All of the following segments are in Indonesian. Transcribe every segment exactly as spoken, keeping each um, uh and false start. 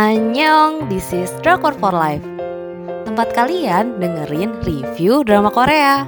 Annyeong, this is Drakor for Life. Tempat kalian dengerin review drama Korea.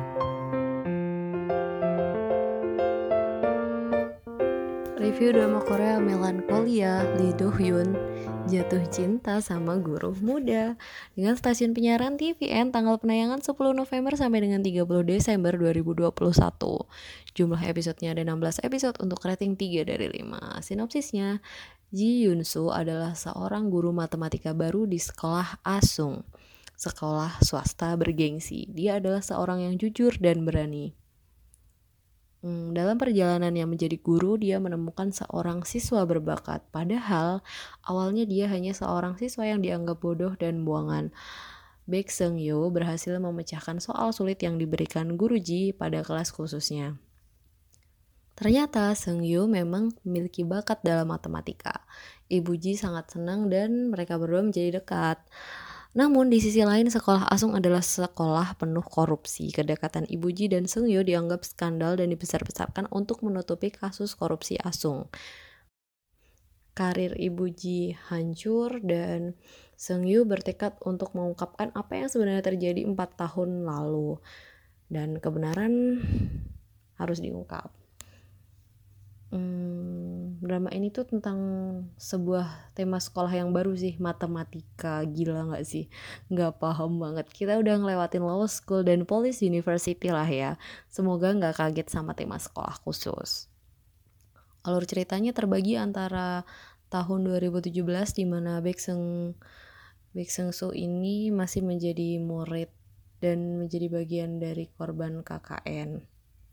Review drama Korea Melancholia, Lee Do Hyun jatuh cinta sama guru muda dengan stasiun penyiaran T V N tanggal penayangan sepuluh November sampai dengan tiga puluh Desember dua ribu dua puluh satu. Jumlah episodenya ada enam belas episode untuk rating tiga dari lima. Sinopsisnya, Ji Yoon Soo adalah seorang guru matematika baru di sekolah Asung, sekolah swasta bergengsi. Dia adalah seorang yang jujur dan berani. Hmm, dalam perjalanannya menjadi guru, dia menemukan seorang siswa berbakat. Padahal awalnya dia hanya seorang siswa yang dianggap bodoh dan buangan. Baek Seung Yoo berhasil memecahkan soal sulit yang diberikan guru Ji pada kelas khususnya. Ternyata Seung Yoo memang memiliki bakat dalam matematika. Ibu Ji sangat senang dan mereka berdua menjadi dekat. Namun di sisi lain sekolah Asung adalah sekolah penuh korupsi. Kedekatan Ibu Ji dan Seung Yoo dianggap skandal dan dibesar-besarkan untuk menutupi kasus korupsi Asung. Karir Ibu Ji hancur dan Seung Yoo bertekad untuk mengungkapkan apa yang sebenarnya terjadi empat tahun lalu. Dan kebenaran harus diungkap. Hmm, drama ini tuh tentang sebuah tema sekolah yang baru sih, matematika. Gila gak sih? Gak paham banget. Kita udah ngelewatin law school dan police university lah ya. Semoga gak kaget sama tema sekolah khusus. Alur ceritanya terbagi antara tahun dua ribu tujuh belas di mana Baek Seung Baek Seung Soo ini masih menjadi murid dan menjadi bagian dari korban K K N.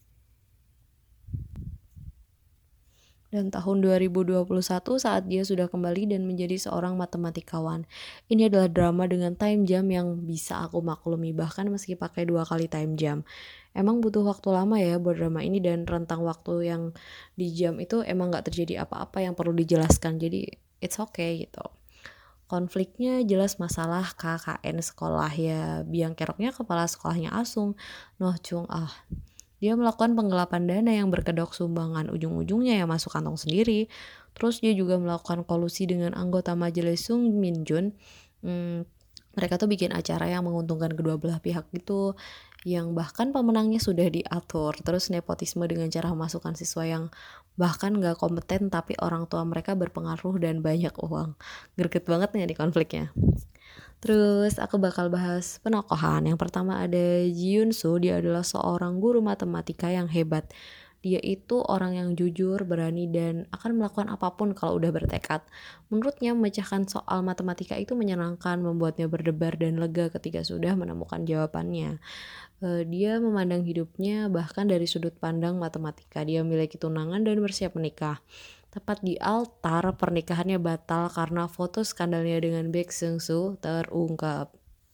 Dan tahun dua ribu dua puluh satu saat dia sudah kembali dan menjadi seorang matematikawan. Ini adalah drama dengan time jump yang bisa aku maklumi bahkan meski pakai dua kali time jump. Emang butuh waktu lama ya buat drama ini dan rentang waktu yang di jam itu emang gak terjadi apa-apa yang perlu dijelaskan. Jadi it's okay gitu. Konfliknya jelas masalah K K N sekolah ya. Biang keroknya kepala sekolahnya Asung, Noh Chung Ah. Dia melakukan penggelapan dana yang berkedok sumbangan, ujung-ujungnya ya masuk kantong sendiri. Terus dia juga melakukan kolusi dengan anggota majelis Sung Min Jun. Hmm, mereka tuh bikin acara yang menguntungkan kedua belah pihak gitu, yang bahkan pemenangnya sudah diatur. Terus nepotisme dengan cara memasukkan siswa yang bahkan gak kompeten tapi orang tua mereka berpengaruh dan banyak uang. Greget banget nih di konfliknya. Terus aku bakal bahas penokohan. Yang pertama ada Ji Yoon Soo. Dia adalah seorang guru matematika yang hebat. Dia itu orang yang jujur, berani, dan akan melakukan apapun kalau udah bertekad. Menurutnya memecahkan soal matematika itu menyenangkan, membuatnya berdebar dan lega ketika sudah menemukan jawabannya. Uh, dia memandang hidupnya bahkan dari sudut pandang matematika. Dia memiliki tunangan dan bersiap menikah. Tepat di altar pernikahannya batal karena foto skandalnya dengan Baek Seung Soo terungkap.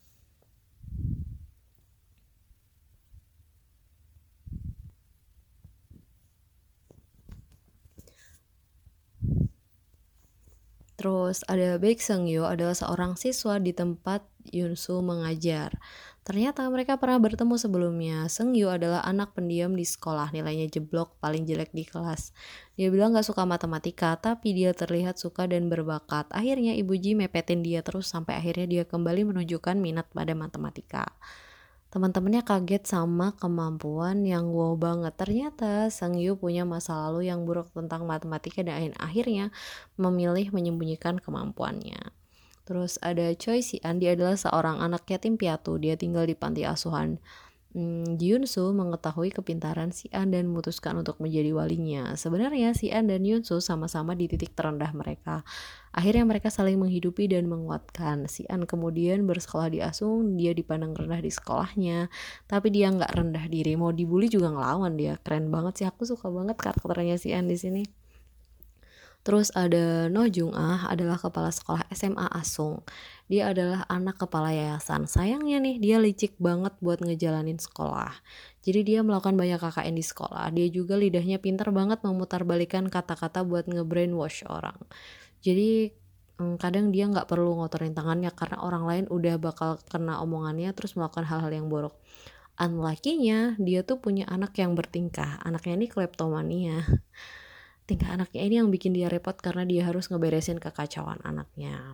Terus ada Baek Seung Yoo adalah seorang siswa di tempat Yoon Soo mengajar. Ternyata mereka pernah bertemu sebelumnya. Seung Yoo adalah anak pendiam di sekolah, nilainya jeblok, paling jelek di kelas. Dia bilang gak suka matematika, tapi dia terlihat suka dan berbakat. Akhirnya Ibu Ji mepetin dia terus sampai akhirnya dia kembali menunjukkan minat pada matematika. Teman-temannya kaget sama kemampuan yang wow banget. Ternyata Seung Yoo punya masa lalu yang buruk tentang matematika dan akhirnya memilih menyembunyikan kemampuannya. Terus ada Choi Si-an, dia adalah seorang anak yatim piatu. Dia tinggal di panti asuhan. Hmm, Ji Yoon Soo mengetahui kepintaran Si-an dan memutuskan untuk menjadi walinya. Sebenarnya Si-an dan Yoon Soo sama-sama di titik terendah mereka. Akhirnya mereka saling menghidupi dan menguatkan. Si-an kemudian bersekolah di Asung, dia dipandang rendah di sekolahnya, tapi dia nggak rendah diri, mau dibully juga ngelawan dia. Keren banget sih, aku suka banget karakternya Si-an di sini. Terus ada Noh Jung Ah adalah kepala sekolah S M A Asung. Dia adalah anak kepala yayasan. Sayangnya nih dia licik banget buat ngejalanin sekolah. Jadi dia melakukan banyak K K N di sekolah. Dia juga lidahnya pintar banget memutarbalikan kata-kata buat nge-brainwash orang. Jadi kadang dia gak perlu ngotorin tangannya karena orang lain udah bakal kena omongannya terus melakukan hal-hal yang buruk. Unlucky-nya dia tuh punya anak yang bertingkah. Anaknya ini kleptomania. Tingkah anaknya ini yang bikin dia repot karena dia harus ngeberesin kekacauan anaknya.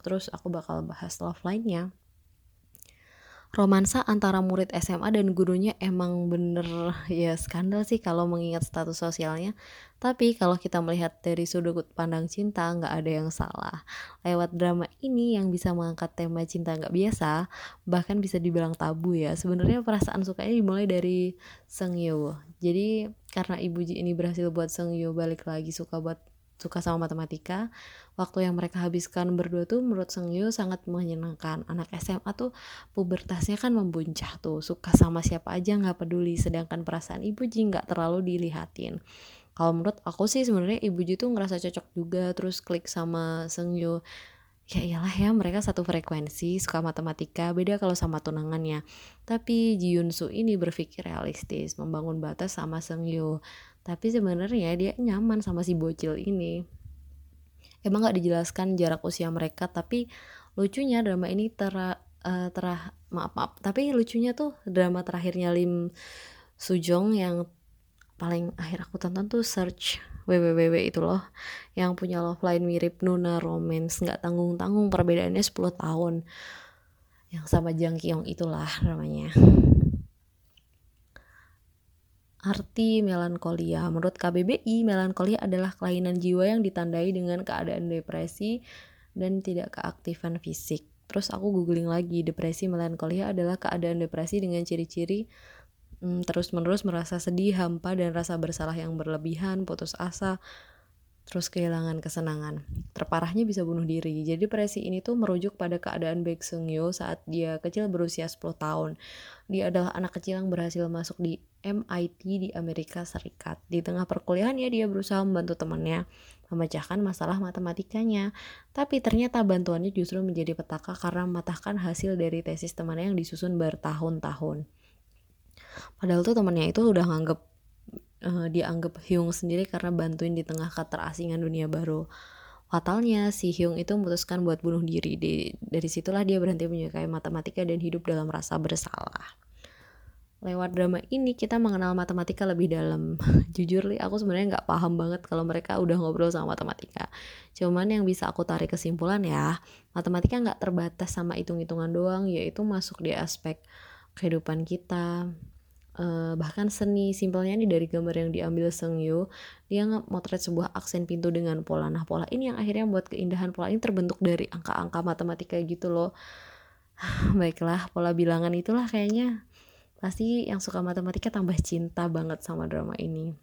Terus aku bakal bahas love line-nya. Romansa antara murid S M A dan gurunya emang bener ya skandal sih kalau mengingat status sosialnya. Tapi kalau kita melihat dari sudut pandang cinta, nggak ada yang salah. Lewat drama ini yang bisa mengangkat tema cinta nggak biasa, bahkan bisa dibilang tabu ya. Sebenarnya perasaan sukanya dimulai dari Seungyeon. Jadi karena ibu Ji ini berhasil buat Seungyeon balik lagi suka buat suka sama matematika, waktu yang mereka habiskan berdua tuh menurut Seungyeon sangat menyenangkan. Anak S M A tuh pubertasnya kan membuncah tuh, suka sama siapa aja nggak peduli, sedangkan perasaan ibu Ji nggak terlalu dilihatin. Kalau menurut aku sih sebenarnya ibu Ji tuh ngerasa cocok juga, terus klik sama Seungyeon. Ya iyalah ya, mereka satu frekuensi, suka matematika, beda kalau sama tunangannya. Tapi Ji Yoon Soo ini berpikir realistis, membangun batas sama Seungyeon. Tapi sebenarnya dia nyaman sama si bocil ini. Emang nggak dijelaskan jarak usia mereka, tapi lucunya drama ini tera uh, terah maaf maaf tapi lucunya tuh drama terakhirnya Lim Sujong yang paling akhir aku tonton tuh Search W W W itu loh, yang punya love line mirip Nuna Romance, nggak tanggung-tanggung, perbedaannya sepuluh tahun, yang sama Jang Kyung itulah namanya. Arti melankolia. Menurut K B B I, melankolia adalah kelainan jiwa yang ditandai dengan keadaan depresi dan tidak keaktifan fisik. Terus aku googling lagi, depresi melankolia adalah keadaan depresi dengan ciri-ciri hmm, terus-menerus merasa sedih, hampa, dan rasa bersalah yang berlebihan, putus asa, terus kehilangan kesenangan. Terparahnya bisa bunuh diri. Jadi depresi ini tuh merujuk pada keadaan Baek Seungyeon saat dia kecil berusia sepuluh tahun. Dia adalah anak kecil yang berhasil masuk di M I T di Amerika Serikat. Di tengah perkuliahannya dia berusaha membantu temannya memecahkan masalah matematikanya. Tapi ternyata bantuannya justru menjadi petaka karena mematahkan hasil dari tesis temannya yang disusun bertahun-tahun. Padahal tuh temannya itu udah nganggep uh, dia anggap Hyung sendiri karena bantuin di tengah keterasingan dunia baru. Fatalnya si Hyung itu memutuskan buat bunuh diri. Di, dari situlah dia berhenti menyukai matematika dan hidup dalam rasa bersalah. Lewat drama ini kita mengenal matematika lebih dalam. Jujur li, aku sebenarnya nggak paham banget kalau mereka udah ngobrol sama matematika. Cuman yang bisa aku tarik kesimpulan ya, matematika nggak terbatas sama hitung-hitungan doang, yaitu masuk di aspek kehidupan kita. Uh, bahkan seni, simpelnya nih dari gambar yang diambil Seungyeon, dia nge-motret sebuah aksen pintu dengan pola. Nah pola ini yang akhirnya membuat keindahan pola ini terbentuk dari angka-angka matematika gitu loh. Baiklah, pola bilangan itulah kayaknya pasti yang suka matematika tambah cinta banget sama drama ini.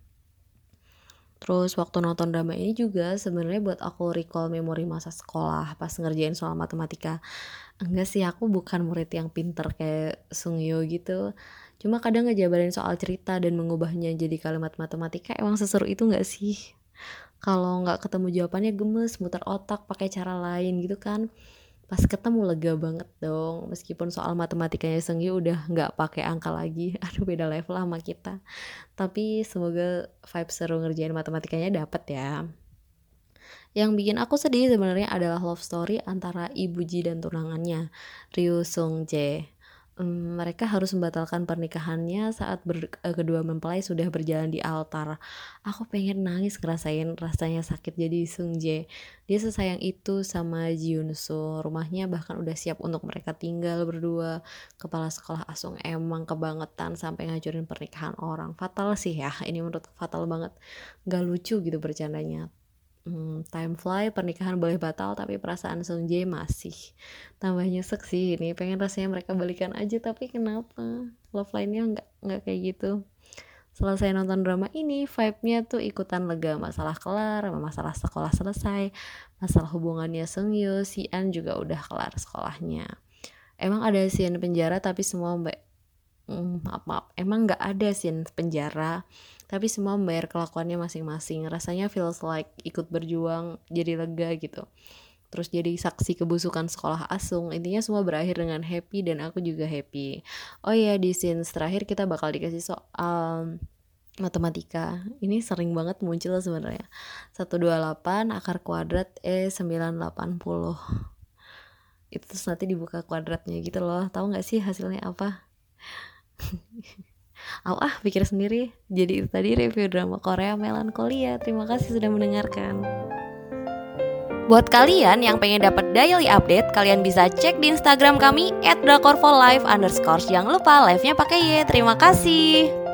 Terus waktu nonton drama ini juga sebenarnya buat aku recall memori masa sekolah pas ngerjain soal matematika. Enggak sih, aku bukan murid yang pinter kayak Seungyeon gitu. Cuma kadang ngejabarin soal cerita dan mengubahnya jadi kalimat matematika emang seseru itu gak sih? Kalau nggak ketemu jawabannya gemes, muter otak pakai cara lain gitu kan. Pas ketemu lega banget dong, meskipun soal matematikanya Seungyeon udah nggak pakai angka lagi. Aduh beda level sama kita. Tapi semoga vibe seru ngerjain matematikanya dapet ya. Yang bikin aku sedih sebenarnya adalah love story antara ibu Ji dan tunangannya Ryu Sung Jae. Hmm, mereka harus membatalkan pernikahannya saat ber, uh, kedua mempelai sudah berjalan di altar. Aku pengen nangis ngerasain rasanya sakit jadi Sung Jae. Dia sesayang itu sama Ji Yoon Soo. Rumahnya bahkan udah siap untuk mereka tinggal berdua. Kepala sekolah Asung emang kebangetan sampai ngacurin pernikahan orang. Fatal sih ya, ini menurut fatal banget. Gak lucu gitu bercandanya. Hmm, time fly, pernikahan boleh batal tapi perasaan Sung Jae masih. Tambah nyesek sih ini, pengen rasanya mereka balikan aja tapi kenapa love line-nya nggak nggak kayak gitu. Selesai nonton drama ini, vibe-nya tuh ikutan lega, masalah kelar, masalah sekolah selesai, masalah hubungannya Seungyeon, si An juga udah kelar sekolahnya. Emang ada scene penjara tapi semua mbak hmm, maaf maaf emang nggak ada scene penjara tapi semua membayar kelakuannya masing-masing. Rasanya feels like ikut berjuang, jadi lega gitu. Terus jadi saksi kebusukan sekolah Asung. Intinya semua berakhir dengan happy dan aku juga happy. Oh iya, di scene terakhir kita bakal dikasih soal matematika. Ini sering banget muncul sebenarnya. seratus dua puluh delapan akar kuadrat E sembilan ratus delapan puluh. Itu terus nanti dibuka kuadratnya gitu loh. Tahu nggak sih hasilnya apa? Aku ah pikir sendiri. Jadi itu tadi review drama Korea Melankolia. Terima kasih sudah mendengarkan. Buat kalian yang pengen dapat daily update, kalian bisa cek di Instagram kami at drakorfolive underscore. Jangan lupa live-nya pakai Y. Terima kasih.